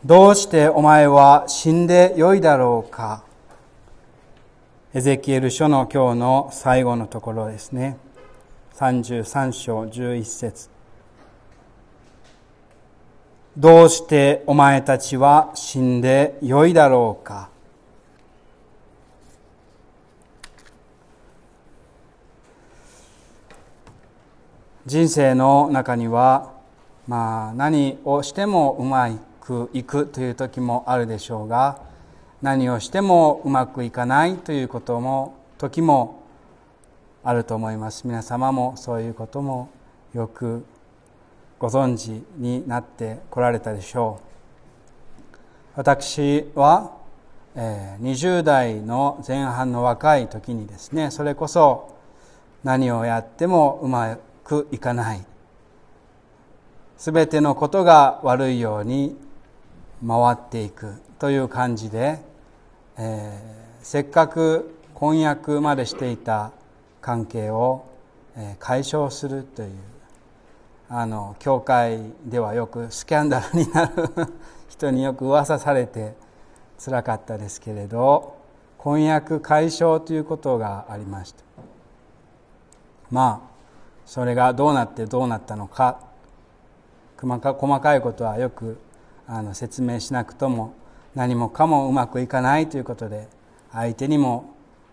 どうしてお前は死んでよいだろうか。エゼキエル書の今日の最後のところですね。33章11節。どうしてお前たちは死んでよいだろうか。人生の中には、何をしてもうまくいくという時もあるでしょうが、何をしてもうまくいかないという時もあると思います。皆様もそういうこともよくご存知になってこられたでしょう。私は20代の前半の若い時にですね、それこそ何をやってもうまくいかない、すべてのことが悪いように回っていくという感じで、せっかく婚約までしていた関係を解消するという、教会ではよくスキャンダルになる人によく噂されてつらかったですけれど、婚約解消ということがありました。それがどうなってどうなったのか、細かいことはよく説明しなくとも、何もかもうまくいかないということで、相手にも、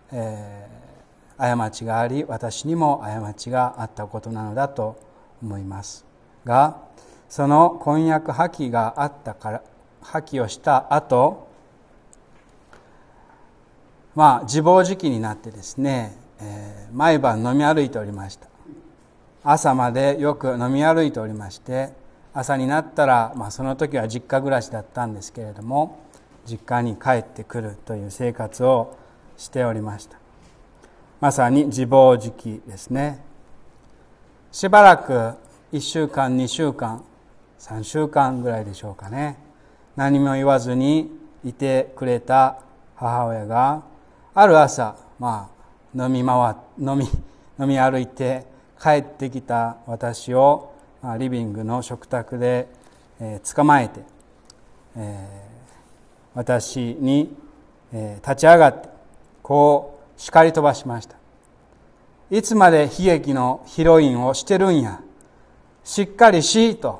過ちがあり、私にも過ちがあったことなのだと思いますが、その婚約破棄があったから、破棄をした後、自暴自棄になってですね、毎晩飲み歩いておりました。朝までよく飲み歩いておりまして、朝になったら、その時は実家暮らしだったんですけれども、実家に帰ってくるという生活をしておりました。まさに自暴自棄ですね。しばらく1週間2週間3週間ぐらいでしょうかね、何も言わずにいてくれた母親が、ある朝、飲み歩いて帰ってきた私をリビングの食卓で捕まえて、私に立ち上がってこう叱り飛ばしました。いつまで悲劇のヒロインをしてるんや、しっかりしと。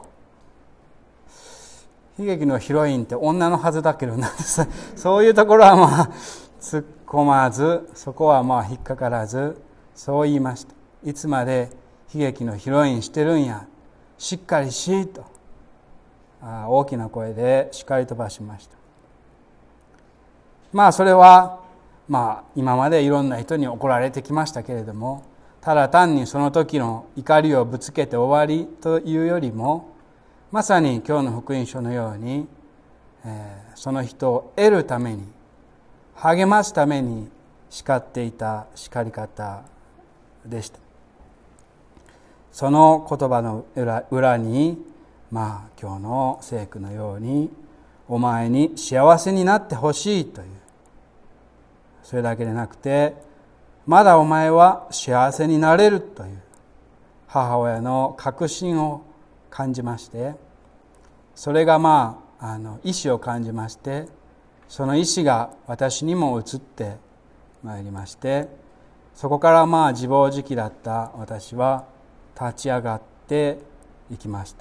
悲劇のヒロインって女のはずだけどなそういうところは突っ込まず、そこは引っかからず、そう言いました。いつまで悲劇のヒロインしてるんや、しっかりしと大きな声で叱り飛ばしました。それは今までいろんな人に怒られてきましたけれども、ただ単にその時の怒りをぶつけて終わりというよりも、まさに今日の福音書のように、その人を得るために、励ますために叱っていた叱り方でした。その言葉の裏に、今日の聖句のように、お前に幸せになってほしいという、それだけでなくて、まだお前は幸せになれるという母親の確信を感じまして、それが意志を感じまして、その意志が私にも移ってまいりまして、そこから自暴自棄だった私は立ち上がっていきました。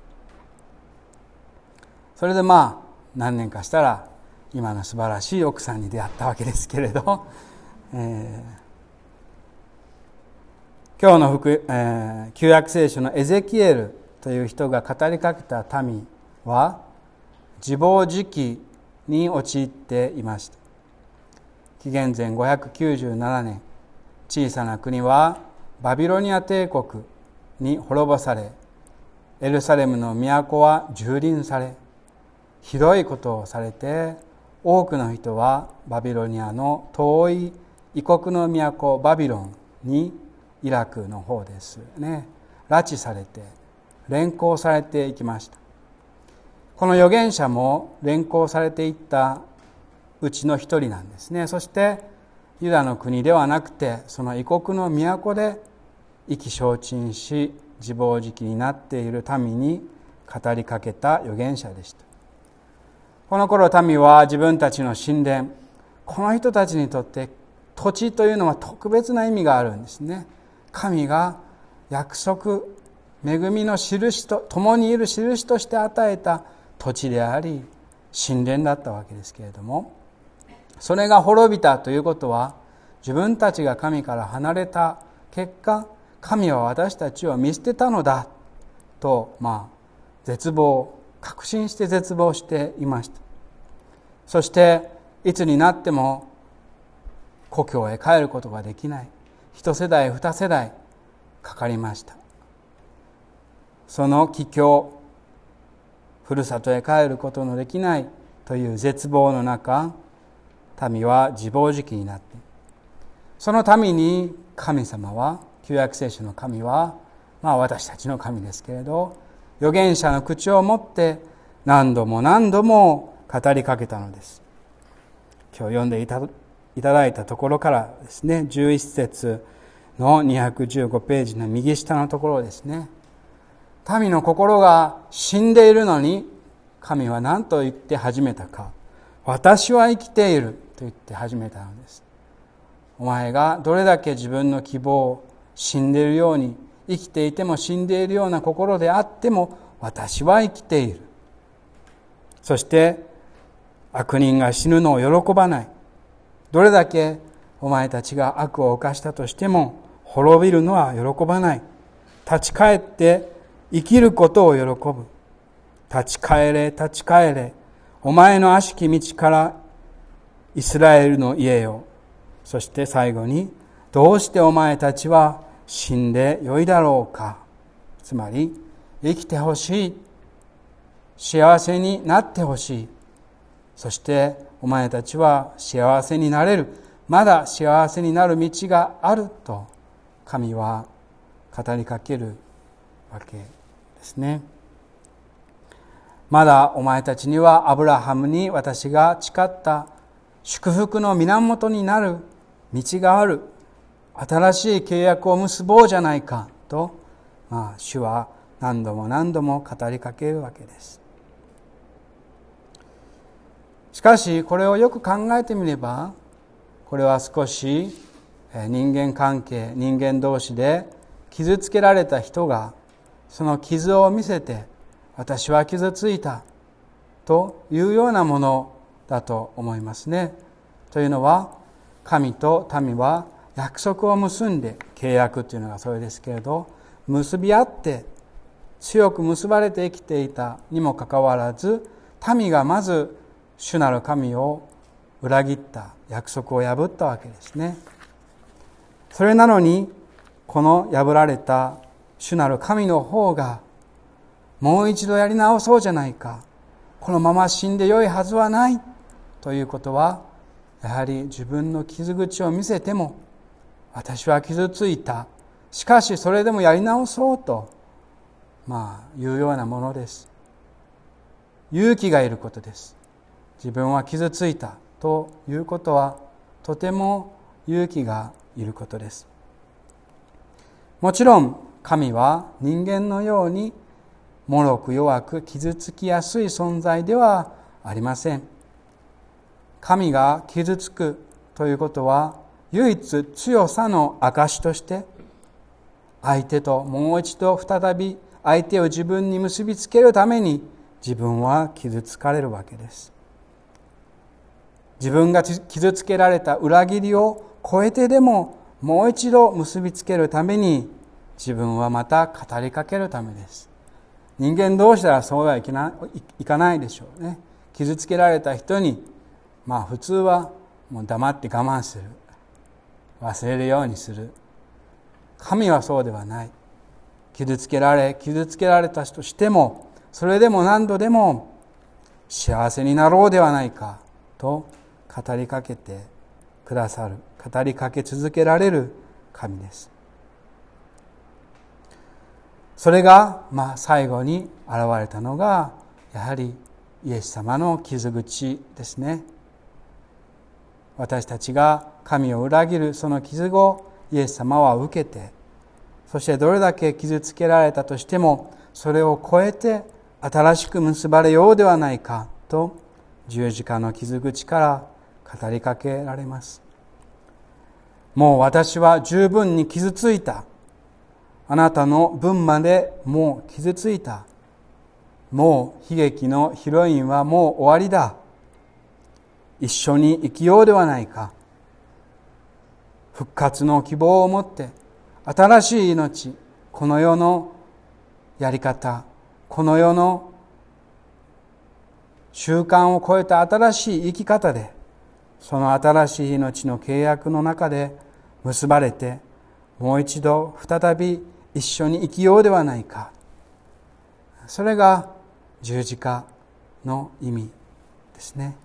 それで何年かしたら今の素晴らしい奥さんに出会ったわけですけれど、今日の旧約聖書のエゼキエルという人が語りかけた民は自暴自棄に陥っていました。紀元前597年、小さな国はバビロニア帝国に滅ぼされ、エルサレムの都は蹂躙され、ひどいことをされて、多くの人はバビロニアの遠い異国の都バビロンに、イラクの方ですね、拉致されて連行されていきました。この預言者も連行されていったうちの一人なんですね。そしてユダの国ではなくて、その異国の都で意気消沈し自暴自棄になっている民に語りかけた預言者でした。 この頃民は自分たちの神殿、この人たちにとって土地というのは特別な意味があるんですね。神が約束、恵みの印と共にいる印として与えた土地であり神殿だったわけですけれども、それが滅びたということは、自分たちが神から離れた結果、神は私たちを見捨てたのだと、絶望、確信して絶望していました。そしていつになっても故郷へ帰ることができない。一世代二世代かかりました。その帰郷、ふるさとへ帰ることのできないという絶望の中、民は自暴自棄になって、その民に神様は、旧約聖書の神は、私たちの神ですけれど、預言者の口を持って何度も何度も語りかけたのです。今日読んでいただいたところからですね、11節の215ページの右下のところですね。民の心が死んでいるのに、神は何と言って始めたか。私は生きていると言って始めたのです。お前がどれだけ自分の希望、死んでいるように、生きていても死んでいるような心であっても、私は生きている。そして悪人が死ぬのを喜ばない。どれだけお前たちが悪を犯したとしても滅びるのは喜ばない。立ち返って生きることを喜ぶ。立ち返れ、立ち返れ。お前の悪しき道からイスラエルの家よ。そして最後に、どうしてお前たちは死んでよいだろうか。つまり生きてほしい。幸せになってほしい。そしてお前たちは幸せになれる。まだ幸せになる道があると神は語りかけるわけですね。まだお前たちにはアブラハムに私が誓った祝福の源になる道がある。新しい契約を結ぼうじゃないかと、主は何度も何度も語りかけるわけです。しかしこれをよく考えてみれば、これは少し人間関係、人間同士で傷つけられた人がその傷を見せて、私は傷ついたというようなものだと思いますね。というのは、神と民は約束を結んで、契約というのがそれですけれど、結び合って強く結ばれて生きていたにもかかわらず、民がまず主なる神を裏切った、約束を破ったわけですね。それなのに、この破られた主なる神の方が、もう一度やり直そうじゃないか、このまま死んでよいはずはないということは、やはり自分の傷口を見せても、私は傷ついた、しかしそれでもやり直そうというようなものです。勇気がいることです。自分は傷ついたということはとても勇気がいることです。もちろん神は人間のように脆く弱く傷つきやすい存在ではありません。神が傷つくということは唯一強さの証として、相手ともう一度再び相手を自分に結びつけるために自分は傷つかれるわけです。自分が傷つけられた裏切りを超えてでももう一度結びつけるために、自分はまた語りかけるためです。人間同士ではそうはいかないでしょうね。傷つけられた人に普通はもう黙って我慢する、忘れるようにする。神はそうではない。傷つけられたとしても、それでも何度でも幸せになろうではないかと語りかけてくださる、語りかけ続けられる神です。それが最後に現れたのがやはりイエス様の傷口ですね。私たちが神を裏切るその傷をイエス様は受けて、そしてどれだけ傷つけられたとしてもそれを超えて新しく結ばれようではないかと十字架の傷口から語りかけられます。もう私は十分に傷ついた。あなたの分までもう傷ついた。もう悲劇のヒロインはもう終わりだ。一緒に生きようではないか。復活の希望を持って新しい命、この世のやり方、この世の習慣を超えた新しい生き方で、その新しい命の契約の中で結ばれて、もう一度再び一緒に生きようではないか。それが十字架の意味ですね。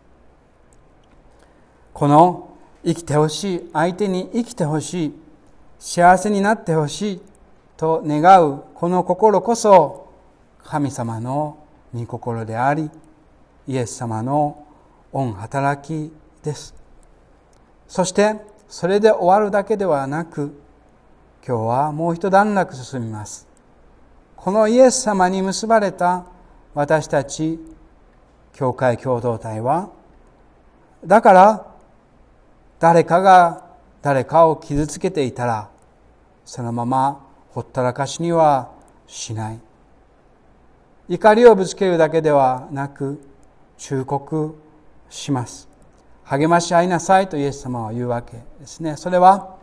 この生きてほしい、相手に生きてほしい、幸せになってほしいと願うこの心こそ神様の御心であり、イエス様の御働きです。そしてそれで終わるだけではなく、今日はもう一段落進みます。このイエス様に結ばれた私たち教会共同体は、だから誰かが誰かを傷つけていたら、そのままほったらかしにはしない。怒りをぶつけるだけではなく、忠告します。励まし合いなさいとイエス様は言うわけですね。それは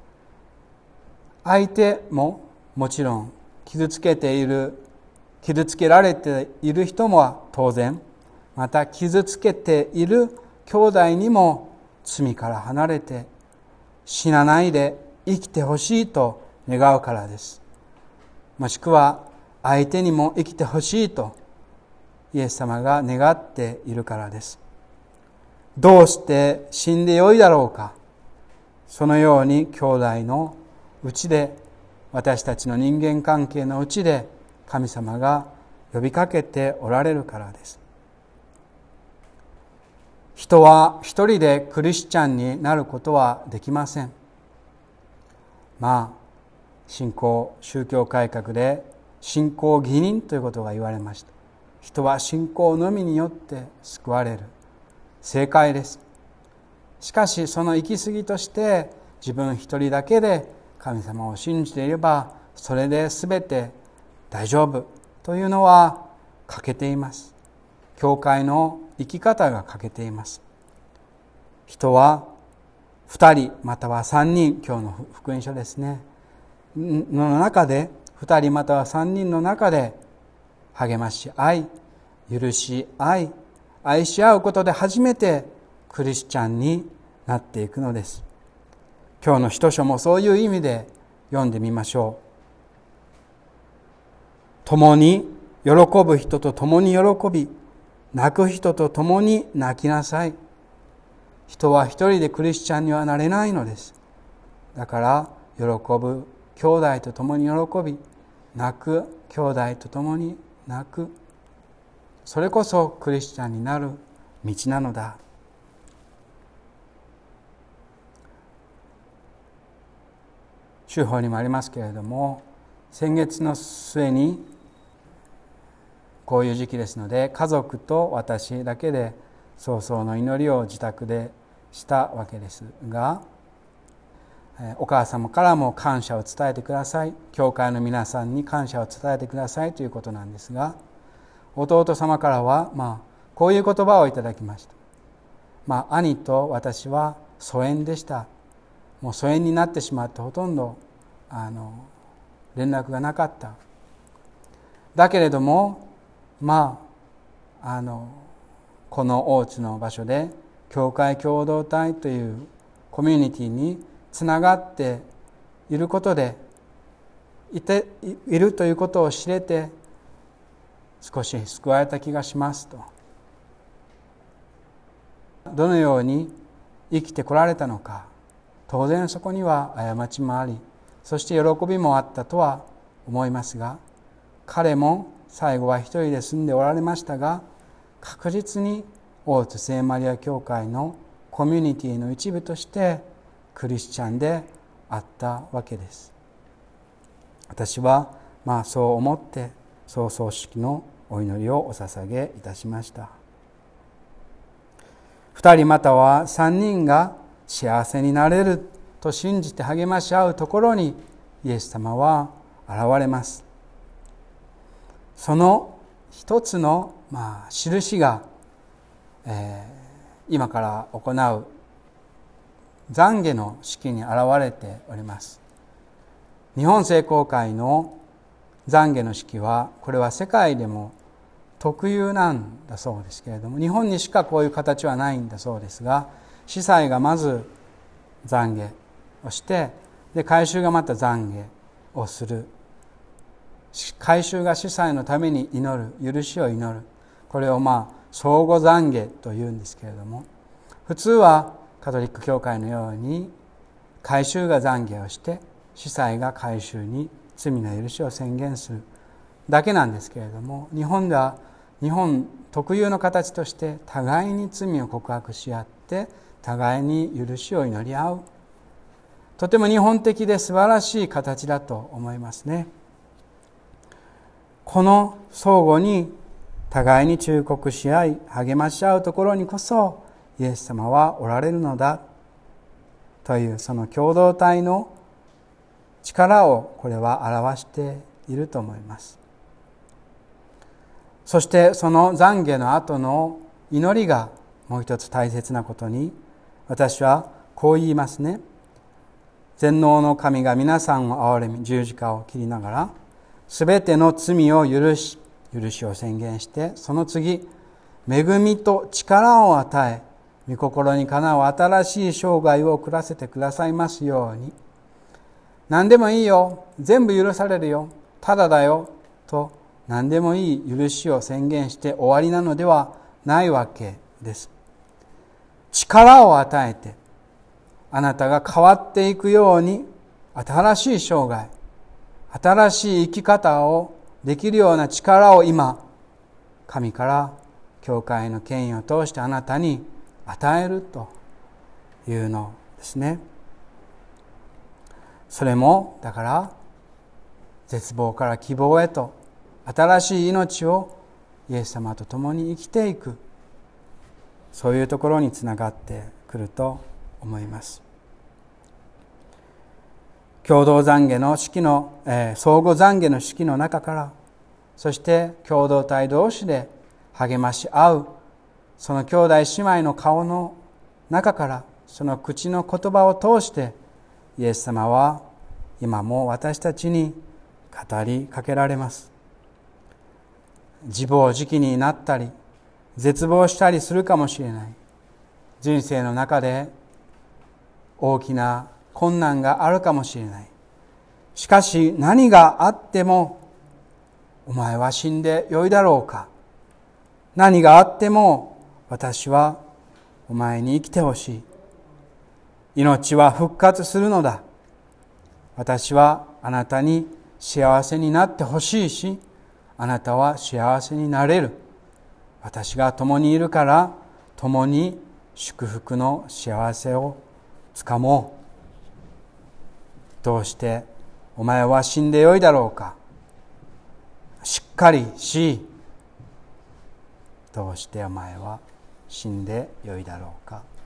相手ももちろん傷つけられている人も当然、また傷つけている兄弟にも罪から離れて死なないで生きてほしいと願うからです。もしくは相手にも生きてほしいとイエス様が願っているからです。どうして死んでよいだろうか。そのように兄弟のうちで、私たちの人間関係のうちで神様が呼びかけておられるからです。人は一人でクリスチャンになることはできません。宗教改革で信仰義人ということが言われました。人は信仰のみによって救われる。正解です。しかしその行き過ぎとして自分一人だけで神様を信じていればそれで全て大丈夫というのは欠けています。教会の生き方が欠けています。人は2人または3人、今日の福音書ですねの中で、2人または3人の中で励まし合い、許し合い、愛し合うことで初めてクリスチャンになっていくのです。今日の使徒書もそういう意味で読んでみましょう。共に喜ぶ人と共に喜び、泣く人と共に泣きなさい。人は一人でクリスチャンにはなれないのです。だから喜ぶ兄弟と共に喜び、泣く兄弟と共に泣く。それこそクリスチャンになる道なのだ。週報にもありますけれども、先月の末にこういう時期ですので、家族と私だけで早々の祈りを自宅でしたわけですが、お母様からも感謝を伝えてください、教会の皆さんに感謝を伝えてくださいということなんですが、弟様からはこういう言葉をいただきました。兄と私は疎遠でした。もう疎遠になってしまってほとんど連絡がなかった。だけれどもこの大津の場所で教会共同体というコミュニティにつながっていることでいるということを知れて、少し救われた気がしますと。どのように生きてこられたのか、当然そこには過ちもあり、そして喜びもあったとは思いますが、彼も最後は一人で住んでおられましたが、確実に大津聖マリア教会のコミュニティの一部としてクリスチャンであったわけです。私はそう思って葬式のお祈りをお捧げいたしました。 2人または3人が幸せになれると信じて励まし合うところにイエス様は現れます。その一つの印が、今から行う懺悔の式に現れております。日本聖公会の懺悔の式は、これは世界でも特有なんだそうですけれども、日本にしかこういう形はないんだそうですが、司祭がまず懺悔をして、で改宗がまた懺悔をする。改宗が司祭のために祈る、許しを祈る、これを相互懺悔というんですけれども、普通はカトリック教会のように改宗が懺悔をして司祭が改宗に罪の許しを宣言するだけなんですけれども、日本では日本特有の形として互いに罪を告白し合って互いに許しを祈り合う、とても日本的で素晴らしい形だと思いますね。この相互に互いに忠告し合い励まし合うところにこそイエス様はおられるのだという、その共同体の力をこれは表していると思います。そしてその懺悔の後の祈りがもう一つ大切なことに、私はこう言いますね。全能の神が皆さんを憐れみ、十字架を切りながらすべての罪を許しを宣言して、その次、恵みと力を与え、御心にかなう新しい生涯を送らせてくださいますように。何でもいいよ、全部許されるよ、ただだよと何でもいい許しを宣言して終わりなのではないわけです。力を与えてあなたが変わっていくように、新しい生涯、新しい生き方をできるような力を今神から教会の権威を通してあなたに与えるというのですね。それもだから絶望から希望へと新しい命をイエス様と共に生きていく、そういうところにつながってくると思います。共同懺悔の式の、相互懺悔の式の中から、そして共同体同士で励まし合う、その兄弟姉妹の顔の中から、その口の言葉を通してイエス様は今も私たちに語りかけられます。自暴自棄になったり絶望したりするかもしれない。人生の中で大きな困難があるかもしれない。しかし何があってもお前は死んでよいだろうか。何があっても私はお前に生きてほしい。命は復活するのだ。私はあなたに幸せになってほしいし、あなたは幸せになれる。私が共にいるから共に祝福の幸せをつかもう。どうしてお前は死んでよいだろうか。しっかりし、どうしてお前は死んでよいだろうか。